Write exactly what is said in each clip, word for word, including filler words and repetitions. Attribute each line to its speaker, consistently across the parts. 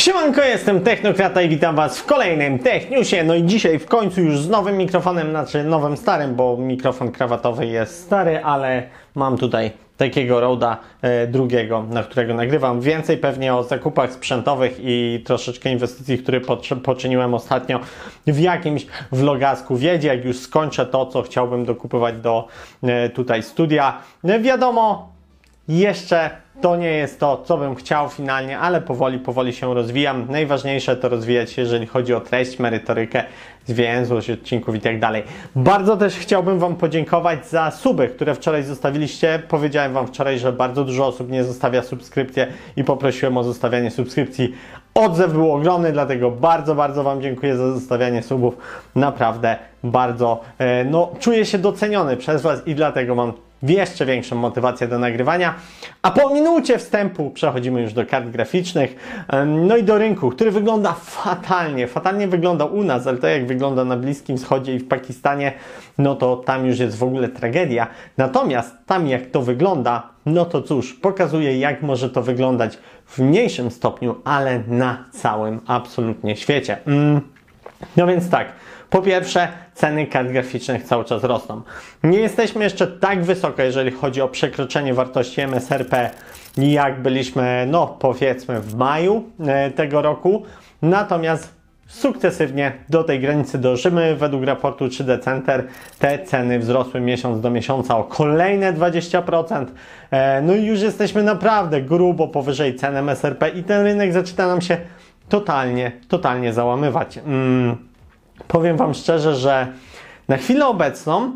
Speaker 1: Siemanko, jestem Technokrata i witam Was w kolejnym Techniusie. No i dzisiaj w końcu już z nowym mikrofonem, znaczy nowym starym, bo mikrofon krawatowy jest stary, ale mam tutaj takiego Rode'a e, drugiego, na którego nagrywam. Więcej pewnie o zakupach sprzętowych i troszeczkę inwestycji, które poczyniłem ostatnio w jakimś vlogasku. Wiedzie, jak już skończę to, co chciałbym dokupować do e, tutaj studia. E, wiadomo, jeszcze to nie jest to, co bym chciał finalnie, ale powoli, powoli się rozwijam. Najważniejsze to rozwijać się, jeżeli chodzi o treść, merytorykę, zwięzłość odcinków i tak dalej. Bardzo też chciałbym Wam podziękować za suby, które wczoraj zostawiliście. Powiedziałem Wam wczoraj, że bardzo dużo osób nie zostawia subskrypcji i poprosiłem o zostawianie subskrypcji. Odzew był ogromny, dlatego bardzo, bardzo Wam dziękuję za zostawianie subów. Naprawdę bardzo, no, czuję się doceniony przez Was i dlatego mam jeszcze większą motywację do nagrywania. A po minucie wstępu przechodzimy już do kart graficznych, no i do rynku, który wygląda fatalnie. Fatalnie wygląda u nas, ale to jak wygląda na Bliskim Wschodzie i w Pakistanie, no to tam już jest w ogóle tragedia. Natomiast tam jak to wygląda, no to cóż, pokazuje jak może to wyglądać w mniejszym stopniu, ale na całym absolutnie świecie. Mm. No więc tak, po pierwsze, ceny kart graficznych cały czas rosną. Nie jesteśmy jeszcze tak wysoko, jeżeli chodzi o przekroczenie wartości M S R P, jak byliśmy, no powiedzmy w maju e, tego roku. Natomiast sukcesywnie do tej granicy dążymy. Według raportu trzy D Center te ceny wzrosły miesiąc do miesiąca o kolejne dwadzieścia procent. E, no i już jesteśmy naprawdę grubo powyżej cen M S R P i ten rynek zaczyna nam się totalnie, totalnie załamywać. Mm. Powiem Wam szczerze, że na chwilę obecną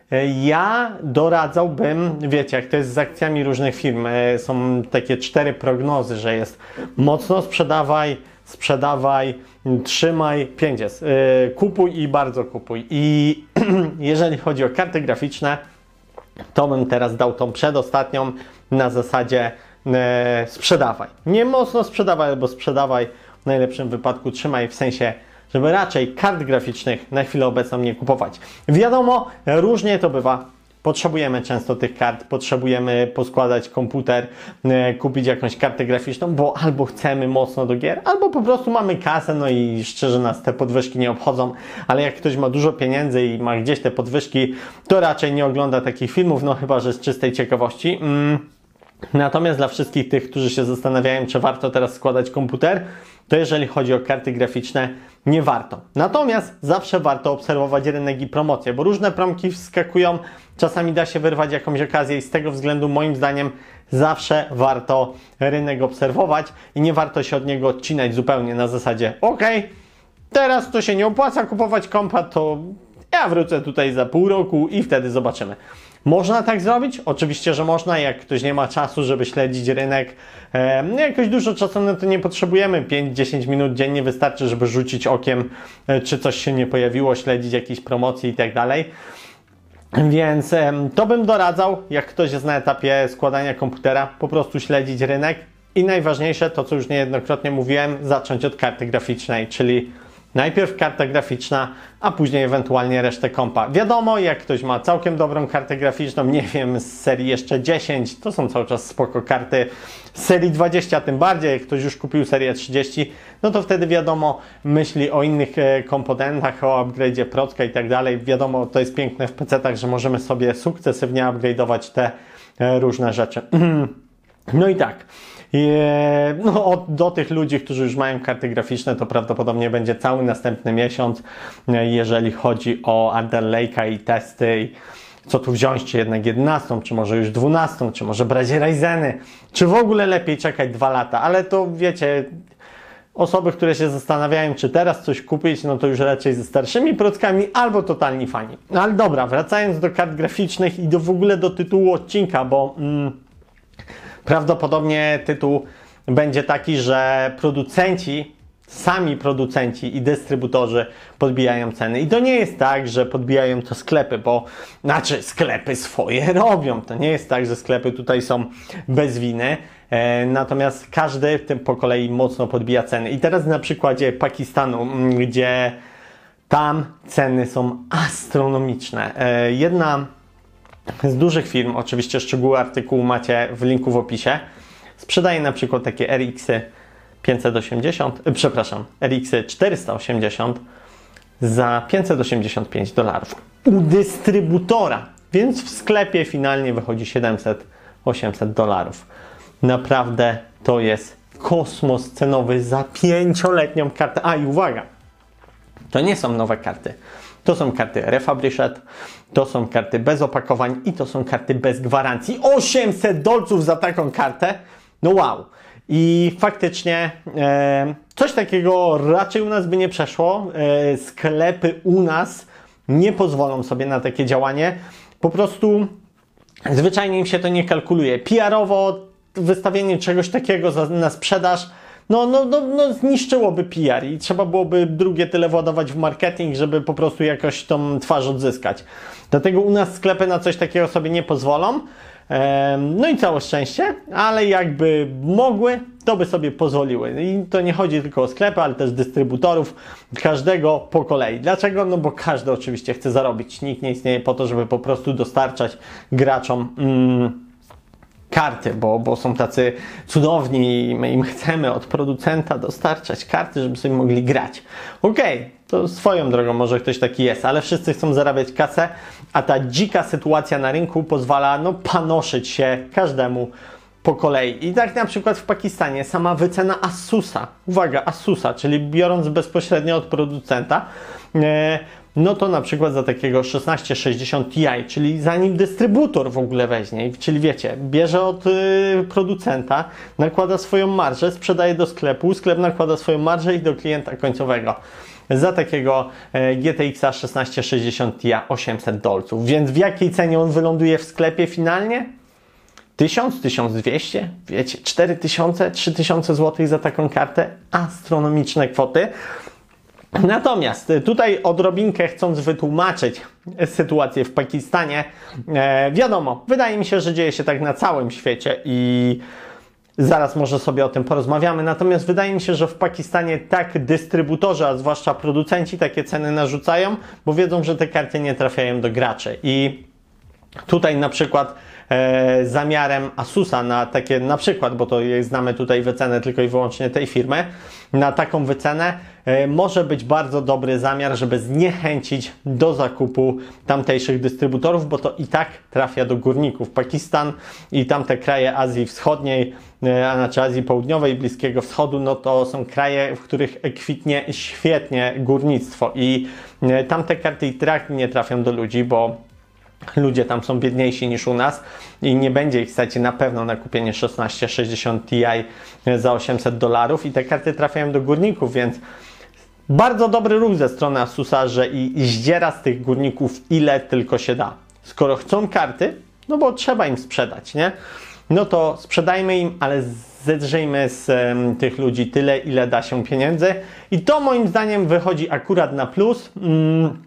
Speaker 1: ja doradzałbym, wiecie, jak to jest z akcjami różnych firm, są takie cztery prognozy, że jest mocno sprzedawaj, sprzedawaj, trzymaj, pięć jest, kupuj i bardzo kupuj. I jeżeli chodzi o karty graficzne, to bym teraz dał tą przedostatnią na zasadzie sprzedawaj. Nie mocno sprzedawaj, albo sprzedawaj, w najlepszym wypadku trzymaj, w sensie żeby raczej kart graficznych na chwilę obecną nie kupować. Wiadomo, różnie to bywa. Potrzebujemy często tych kart, potrzebujemy poskładać komputer, e, kupić jakąś kartę graficzną, bo albo chcemy mocno do gier, albo po prostu mamy kasę, no i szczerze nas te podwyżki nie obchodzą, ale jak ktoś ma dużo pieniędzy i ma gdzieś te podwyżki, to raczej nie ogląda takich filmów, no chyba że z czystej ciekawości. Mm. Natomiast dla wszystkich tych, którzy się zastanawiają, czy warto teraz składać komputer, to jeżeli chodzi o karty graficzne, nie warto. Natomiast zawsze warto obserwować rynek i promocje, bo różne promki wskakują, czasami da się wyrwać jakąś okazję i z tego względu moim zdaniem zawsze warto rynek obserwować i nie warto się od niego odcinać zupełnie na zasadzie ok, teraz to się nie opłaca kupować kompa, to ja wrócę tutaj za pół roku i wtedy zobaczymy. Można tak zrobić? Oczywiście, że można. Jak ktoś nie ma czasu, żeby śledzić rynek, e, jakoś dużo czasu na to nie potrzebujemy. pięć do dziesięciu minut dziennie wystarczy, żeby rzucić okiem, e, czy coś się nie pojawiło, śledzić jakieś promocje i tak dalej. Więc e, to bym doradzał, jak ktoś jest na etapie składania komputera, po prostu śledzić rynek i najważniejsze, to co już niejednokrotnie mówiłem, zacząć od karty graficznej, czyli najpierw karta graficzna, a później ewentualnie resztę kompa. Wiadomo, jak ktoś ma całkiem dobrą kartę graficzną, nie wiem, z serii jeszcze dziesięć, to są cały czas spoko karty, z serii dwadzieścia tym bardziej, jak ktoś już kupił serię trzydzieści, no to wtedy wiadomo, myśli o innych e, komponentach, o upgrade'zie procka i tak dalej. Wiadomo, to jest piękne w pecetach, że możemy sobie sukcesywnie upgrade'ować te e, różne rzeczy. No i tak. No, od, do tych ludzi, którzy już mają karty graficzne, to prawdopodobnie będzie cały następny miesiąc, jeżeli chodzi o Alder Lake'a i testy, i co tu wziąć, czy jednak jedenastą, czy może już dwunastą, czy może brać Ryzeny, czy w ogóle lepiej czekać dwa lata, ale to wiecie, osoby, które się zastanawiają, czy teraz coś kupić, no to już raczej ze starszymi prockami albo totalni fani. No ale dobra, wracając do kart graficznych i do w ogóle do tytułu odcinka, bo mm, prawdopodobnie tytuł będzie taki, że producenci, sami producenci i dystrybutorzy podbijają ceny. I to nie jest tak, że podbijają to sklepy, bo znaczy sklepy swoje robią. To nie jest tak, że sklepy tutaj są bez winy. E, natomiast każdy tym po kolei mocno podbija ceny. I teraz na przykładzie Pakistanu, gdzie tam ceny są astronomiczne. E, jedna z dużych firm, oczywiście szczegóły artykułu macie w linku w opisie, sprzedaje na przykład takie R X-y pięćset osiemdziesiąt, przepraszam, R X czterysta osiemdziesiąt za pięćset osiemdziesiąt pięć dolarów u dystrybutora, więc w sklepie finalnie wychodzi siedemset osiemset dolarów. Naprawdę to jest kosmos cenowy za pięcioletnią kartę. A i uwaga, to nie są nowe karty. To są karty refurbished, to są karty bez opakowań i to są karty bez gwarancji. osiemset dolców za taką kartę? No wow! I faktycznie e, coś takiego raczej u nas by nie przeszło. E, sklepy u nas nie pozwolą sobie na takie działanie. Po prostu zwyczajnie im się to nie kalkuluje. P R-owo wystawienie czegoś takiego za, na sprzedaż No, no, no, no zniszczyłoby P R i trzeba byłoby drugie tyle władować w marketing, żeby po prostu jakoś tą twarz odzyskać. Dlatego u nas sklepy na coś takiego sobie nie pozwolą. No i całe szczęście, ale jakby mogły, to by sobie pozwoliły. I to nie chodzi tylko o sklepy, ale też dystrybutorów, każdego po kolei. Dlaczego? No bo każdy oczywiście chce zarobić. Nikt nie istnieje po to, żeby po prostu dostarczać graczom mm, karty, bo, bo są tacy cudowni i my im chcemy od producenta dostarczać karty, żeby sobie mogli grać. Okej, okay, to swoją drogą może ktoś taki jest, ale wszyscy chcą zarabiać kasę, a ta dzika sytuacja na rynku pozwala no panoszyć się każdemu po kolei. I tak na przykład w Pakistanie sama wycena Asusa, uwaga, Asusa, czyli biorąc bezpośrednio od producenta, e, no to na przykład za takiego szesnaście sześćdziesiąt Ti, czyli zanim dystrybutor w ogóle weźmie, czyli wiecie, bierze od y, producenta, nakłada swoją marżę, sprzedaje do sklepu, sklep nakłada swoją marżę i do klienta końcowego. Za takiego y, G T X szesnaście sześćdziesiąt Ti osiemset dolców. Więc w jakiej cenie on wyląduje w sklepie finalnie? tysiąc, tysiąc dwieście, wiecie, cztery tysiące, trzy tysiące złotych za taką kartę? Astronomiczne kwoty. Natomiast tutaj odrobinkę chcąc wytłumaczyć sytuację w Pakistanie, e, wiadomo, wydaje mi się, że dzieje się tak na całym świecie i zaraz może sobie o tym porozmawiamy, natomiast wydaje mi się, że w Pakistanie tak dystrybutorzy, a zwłaszcza producenci takie ceny narzucają, bo wiedzą, że te karty nie trafiają do graczy i tutaj na przykład e, zamiarem Asusa na takie, na przykład, bo to znamy tutaj wycenę tylko i wyłącznie tej firmy, na taką wycenę e, może być bardzo dobry zamiar, żeby zniechęcić do zakupu tamtejszych dystrybutorów, bo to i tak trafia do górników. Pakistan i tamte kraje Azji Wschodniej, e, a znaczy Azji Południowej i Bliskiego Wschodu, no to są kraje, w których kwitnie świetnie górnictwo i e, tamte karty i tak nie trafią do ludzi, bo ludzie tam są biedniejsi niż u nas i nie będzie ich stać na pewno na kupienie szesnaście sześćdziesiąt Ti za osiemset dolarów i te karty trafiają do górników, więc bardzo dobry ruch ze strony Asusa, że i zdziera z tych górników ile tylko się da. Skoro chcą karty, no bo trzeba im sprzedać, nie? No to sprzedajmy im, ale zedrzyjmy z um, tych ludzi tyle, ile da się pieniędzy i to moim zdaniem wychodzi akurat na plus. Mm,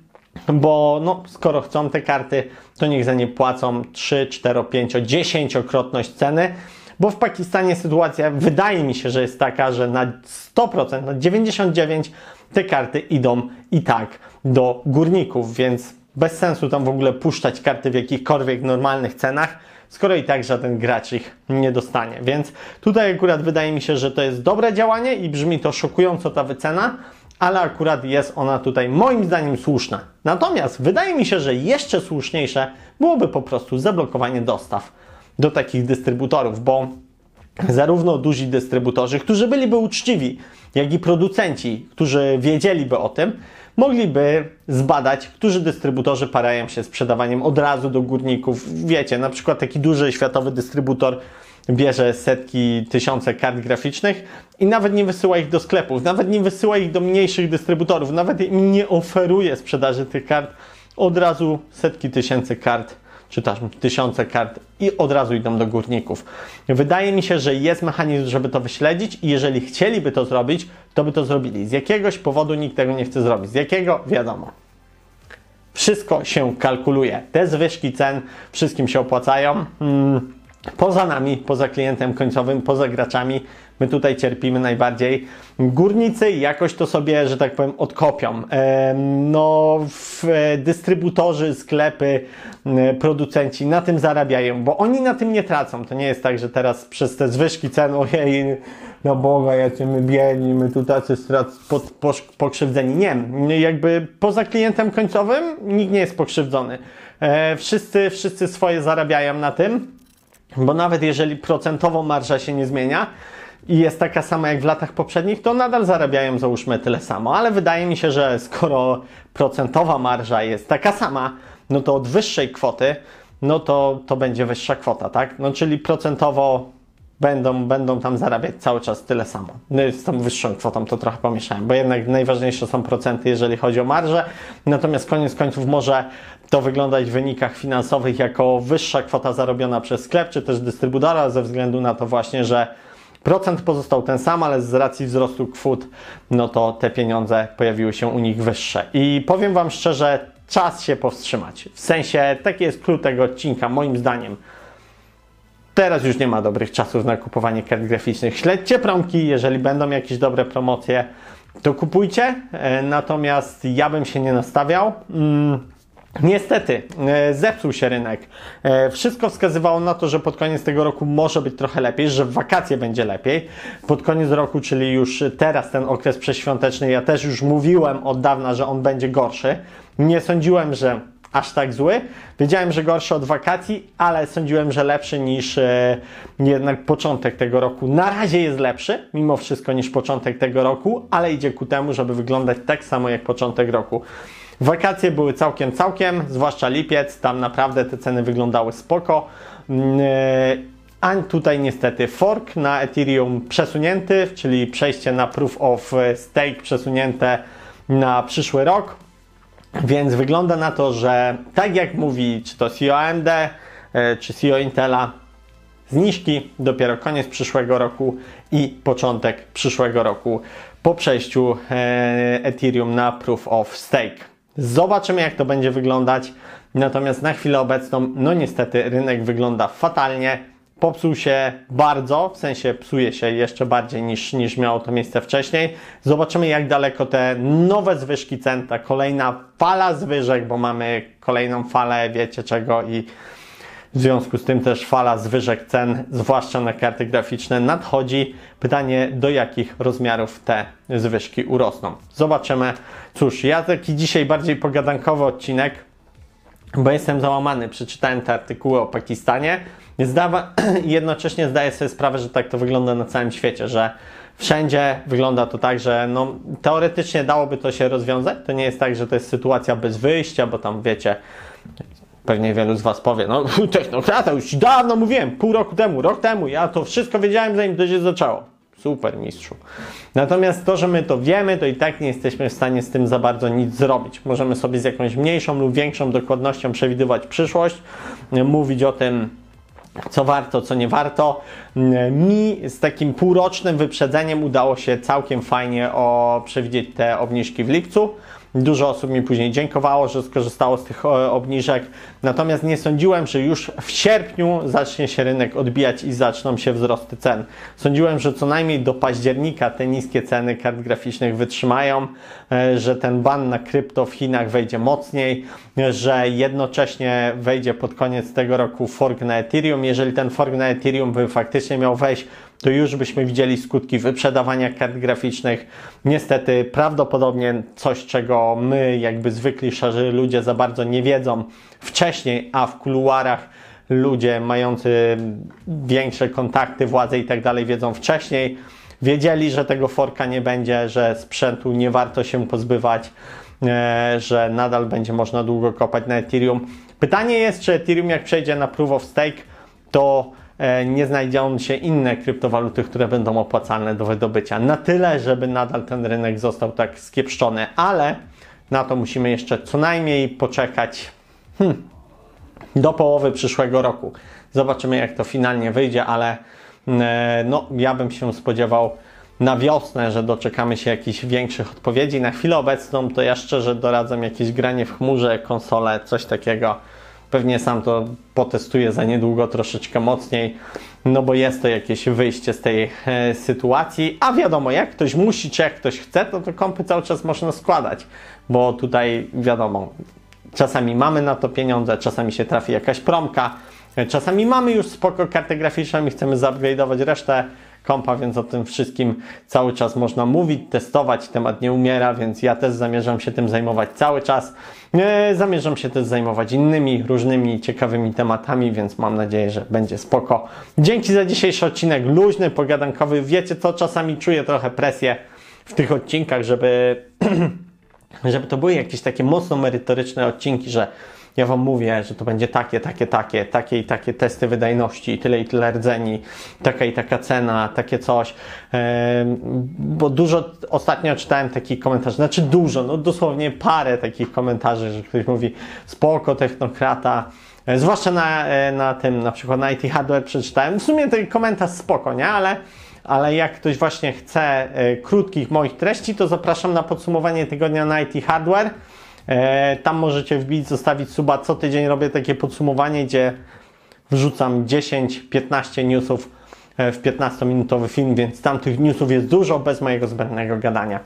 Speaker 1: Bo no, skoro chcą te karty, to niech za nie płacą trzy, cztery, pięć, dziesięciokrotność ceny, bo w Pakistanie sytuacja wydaje mi się, że jest taka, że na sto procent, na dziewięćdziesiąt dziewięć procent te karty idą i tak do górników, więc bez sensu tam w ogóle puszczać karty w jakichkolwiek normalnych cenach, skoro i tak żaden gracz ich nie dostanie. Więc tutaj akurat wydaje mi się, że to jest dobre działanie i brzmi to szokująco ta wycena, ale akurat jest ona tutaj moim zdaniem słuszna. Natomiast wydaje mi się, że jeszcze słuszniejsze byłoby po prostu zablokowanie dostaw do takich dystrybutorów, bo zarówno duzi dystrybutorzy, którzy byliby uczciwi, jak i producenci, którzy wiedzieliby o tym, mogliby zbadać, którzy dystrybutorzy parają się sprzedawaniem od razu do górników. Wiecie, na przykład taki duży światowy dystrybutor bierze setki, tysiące kart graficznych i nawet nie wysyła ich do sklepów, nawet nie wysyła ich do mniejszych dystrybutorów, nawet im nie oferuje sprzedaży tych kart, od razu setki tysięcy kart, czy też tysiące kart i od razu idą do górników. Wydaje mi się, że jest mechanizm, żeby to wyśledzić i jeżeli chcieliby to zrobić, to by to zrobili. Z jakiegoś powodu nikt tego nie chce zrobić. Z jakiego? Wiadomo. Wszystko się kalkuluje. Te zwyżki cen wszystkim się opłacają. Hmm. Poza nami, poza klientem końcowym, poza graczami, My tutaj cierpimy najbardziej. Górnicy jakoś to sobie, że tak powiem, odkopią. No, dystrybutorzy, sklepy, producenci na tym zarabiają, bo oni na tym nie tracą. To nie jest tak, że teraz przez te zwyżki cen, ojej, no Boga, jacy my biedni, my tu tacy pokrzywdzeni. Nie, jakby poza klientem końcowym nikt nie jest pokrzywdzony. Wszyscy, wszyscy swoje zarabiają na tym, bo nawet jeżeli procentowo marża się nie zmienia i jest taka sama jak w latach poprzednich, to nadal zarabiają, załóżmy, tyle samo. Ale wydaje mi się, że skoro procentowa marża jest taka sama, no to od wyższej kwoty, no to, to będzie wyższa kwota, tak? No czyli procentowo będą, będą tam zarabiać cały czas tyle samo. No z tą wyższą kwotą to trochę pomieszałem, bo jednak najważniejsze są procenty, jeżeli chodzi o marżę. Natomiast koniec końców może to wyglądać w wynikach finansowych jako wyższa kwota zarobiona przez sklep, czy też dystrybutora, ze względu na to właśnie, że procent pozostał ten sam, ale z racji wzrostu kwot, no to te pieniądze pojawiły się u nich wyższe. I powiem Wam szczerze, czas się powstrzymać. W sensie, taki jest klucz tego odcinka, moim zdaniem. Teraz już nie ma dobrych czasów na kupowanie kart graficznych. Śledźcie promki, jeżeli będą jakieś dobre promocje, to kupujcie. Natomiast ja bym się nie nastawiał. Niestety, zepsuł się rynek. Wszystko wskazywało na to, że pod koniec tego roku może być trochę lepiej, że w wakacje będzie lepiej. Pod koniec roku, czyli już teraz ten okres przedświąteczny, ja też już mówiłem od dawna, że on będzie gorszy. Nie sądziłem, że aż tak zły. Wiedziałem, że gorszy od wakacji, ale sądziłem, że lepszy niż e, jednak początek tego roku. Na razie jest lepszy, mimo wszystko, niż początek tego roku, ale idzie ku temu, żeby wyglądać tak samo jak początek roku. Wakacje były całkiem, całkiem, zwłaszcza lipiec, tam naprawdę te ceny wyglądały spoko. A tutaj niestety fork na Ethereum przesunięty, czyli przejście na Proof of Stake przesunięte na przyszły rok. Więc wygląda na to, że tak jak mówi czy to C E O A M D, czy C E O Intela, zniżki dopiero koniec przyszłego roku i początek przyszłego roku po przejściu Ethereum na Proof of Stake. Zobaczymy, jak to będzie wyglądać. Natomiast na chwilę obecną, no niestety, rynek wygląda fatalnie. Popsuł się bardzo, w sensie psuje się jeszcze bardziej niż, niż miało to miejsce wcześniej. Zobaczymy, jak daleko te nowe zwyżki cen, ta kolejna fala zwyżek, bo mamy kolejną falę, wiecie czego, i w związku z tym też fala zwyżek cen, zwłaszcza na karty graficzne, nadchodzi. Pytanie, do jakich rozmiarów te zwyżki urosną. Zobaczymy. Cóż, ja taki dzisiaj bardziej pogadankowy odcinek, bo jestem załamany. Przeczytałem te artykuły o Pakistanie. Zdawa, jednocześnie zdaję sobie sprawę, że tak to wygląda na całym świecie, że wszędzie wygląda to tak, że no, teoretycznie dałoby to się rozwiązać. To nie jest tak, że to jest sytuacja bez wyjścia, bo tam wiecie, pewnie wielu z Was powie, no technokrata, już dawno mówiłem, pół roku temu, rok temu, ja to wszystko wiedziałem, zanim to się zaczęło. Super, mistrzu. Natomiast to, że my to wiemy, to i tak nie jesteśmy w stanie z tym za bardzo nic zrobić. Możemy sobie z jakąś mniejszą lub większą dokładnością przewidywać przyszłość, mówić o tym, co warto, co nie warto. Mi z takim półrocznym wyprzedzeniem udało się całkiem fajnie o, przewidzieć te obniżki w lipcu. Dużo osób mi później dziękowało, że skorzystało z tych obniżek. Natomiast nie sądziłem, że już w sierpniu zacznie się rynek odbijać i zaczną się wzrosty cen. Sądziłem, że co najmniej do października te niskie ceny kart graficznych wytrzymają, że ten ban na krypto w Chinach wejdzie mocniej, że jednocześnie wejdzie pod koniec tego roku fork na Ethereum. Jeżeli ten fork na Ethereum by faktycznie miał wejść, to już byśmy widzieli skutki wyprzedawania kart graficznych. Niestety prawdopodobnie coś, czego my jakby zwykli szarzy ludzie za bardzo nie wiedzą wcześniej, a w kuluarach ludzie mający większe kontakty, władze i tak dalej wiedzą wcześniej. Wiedzieli, że tego forka nie będzie, że sprzętu nie warto się pozbywać, że nadal będzie można długo kopać na Ethereum. Pytanie jest, czy Ethereum jak przejdzie na Proof of Stake, to nie znajdą się inne kryptowaluty, które będą opłacalne do wydobycia. Na tyle, żeby nadal ten rynek został tak skiepszczony, ale na to musimy jeszcze co najmniej poczekać hmm, do połowy przyszłego roku. Zobaczymy, jak to finalnie wyjdzie, ale no, ja bym się spodziewał na wiosnę, że doczekamy się jakichś większych odpowiedzi. Na chwilę obecną to ja szczerze doradzam jakieś granie w chmurze, konsole, coś takiego. Pewnie sam to potestuję za niedługo troszeczkę mocniej. no bo jest to jakieś wyjście z tej e, sytuacji, a wiadomo, jak ktoś musi, czy jak ktoś chce, to te kompy cały czas można składać, bo tutaj wiadomo, czasami mamy na to pieniądze, czasami się trafi jakaś promka, czasami mamy już spoko kartę graficzną i chcemy zupgrade'ować resztę kompa, więc o tym wszystkim cały czas można mówić, testować, temat nie umiera, więc ja też zamierzam się tym zajmować cały czas. E, zamierzam się też zajmować innymi różnymi ciekawymi tematami, więc mam nadzieję, że będzie spoko. Dzięki za dzisiejszy odcinek, luźny, pogadankowy. Wiecie co, czasami czuję trochę presję w tych odcinkach, żeby żeby to były jakieś takie mocno merytoryczne odcinki, że ja Wam mówię, że to będzie takie, takie, takie, takie i takie testy wydajności, tyle i tyle rdzeni, taka i taka cena, takie coś. Yy, bo dużo ostatnio czytałem takich komentarzy, znaczy dużo, no dosłownie parę takich komentarzy, że ktoś mówi spoko, technokrata, yy, zwłaszcza na, yy, na tym, na przykład na I T Hardware przeczytałem. W sumie ten komentarz spoko, nie? Ale Ale jak ktoś właśnie chce y, krótkich moich treści, to zapraszam na podsumowanie tygodnia na I T Hardware. E, tam możecie wbić, zostawić suba. Co tydzień robię takie podsumowanie, gdzie wrzucam dziesięć piętnaście newsów e, w piętnastominutowy film, więc tam tych newsów jest dużo bez mojego zbędnego gadania.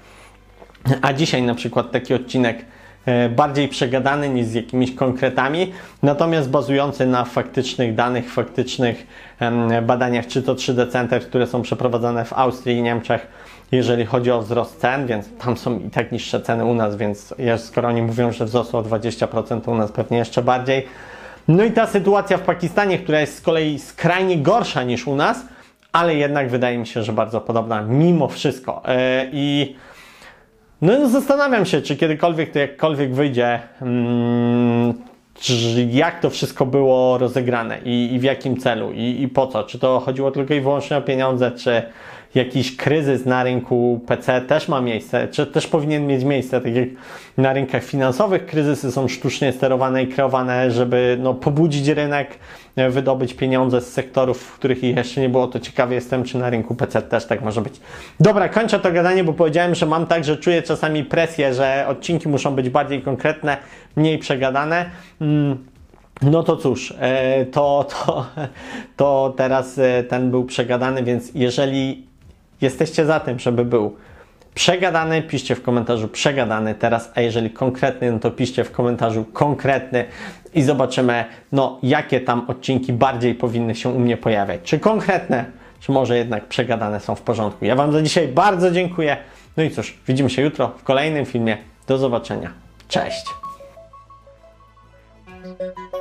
Speaker 1: A dzisiaj na przykład taki odcinek e, bardziej przegadany niż z jakimiś konkretami, natomiast bazujący na faktycznych danych, faktycznych e, badaniach, czy to trzy D Center, które są przeprowadzane w Austrii i Niemczech, jeżeli chodzi o wzrost cen, więc tam są i tak niższe ceny u nas, więc skoro oni mówią, że wzrosło o dwadzieścia procent, to u nas pewnie jeszcze bardziej. No i ta sytuacja w Pakistanie, która jest z kolei skrajnie gorsza niż u nas, ale jednak wydaje mi się, że bardzo podobna mimo wszystko. Yy, I no zastanawiam się, czy kiedykolwiek to jakkolwiek wyjdzie, hmm, czy, jak to wszystko było rozegrane i, i w jakim celu i, i po co. Czy to chodziło tylko i wyłącznie o pieniądze, czy jakiś kryzys na rynku P C też ma miejsce, czy też powinien mieć miejsce, tak jak na rynkach finansowych kryzysy są sztucznie sterowane i kreowane, żeby no, pobudzić rynek, wydobyć pieniądze z sektorów, w których ich jeszcze nie było. To ciekawy jestem, czy na rynku P C też tak może być. Dobra, kończę to gadanie, bo powiedziałem, że mam tak, że czuję czasami presję, że odcinki muszą być bardziej konkretne, mniej przegadane. Mm. No to cóż, to, to, to teraz ten był przegadany, więc jeżeli jesteście za tym, żeby był przegadany, piszcie w komentarzu przegadany teraz, a jeżeli konkretny, no to piszcie w komentarzu konkretny i zobaczymy, no jakie tam odcinki bardziej powinny się u mnie pojawiać. Czy konkretne, czy może jednak przegadane są w porządku. Ja Wam za dzisiaj bardzo dziękuję. No i cóż, widzimy się jutro w kolejnym filmie. Do zobaczenia. Cześć!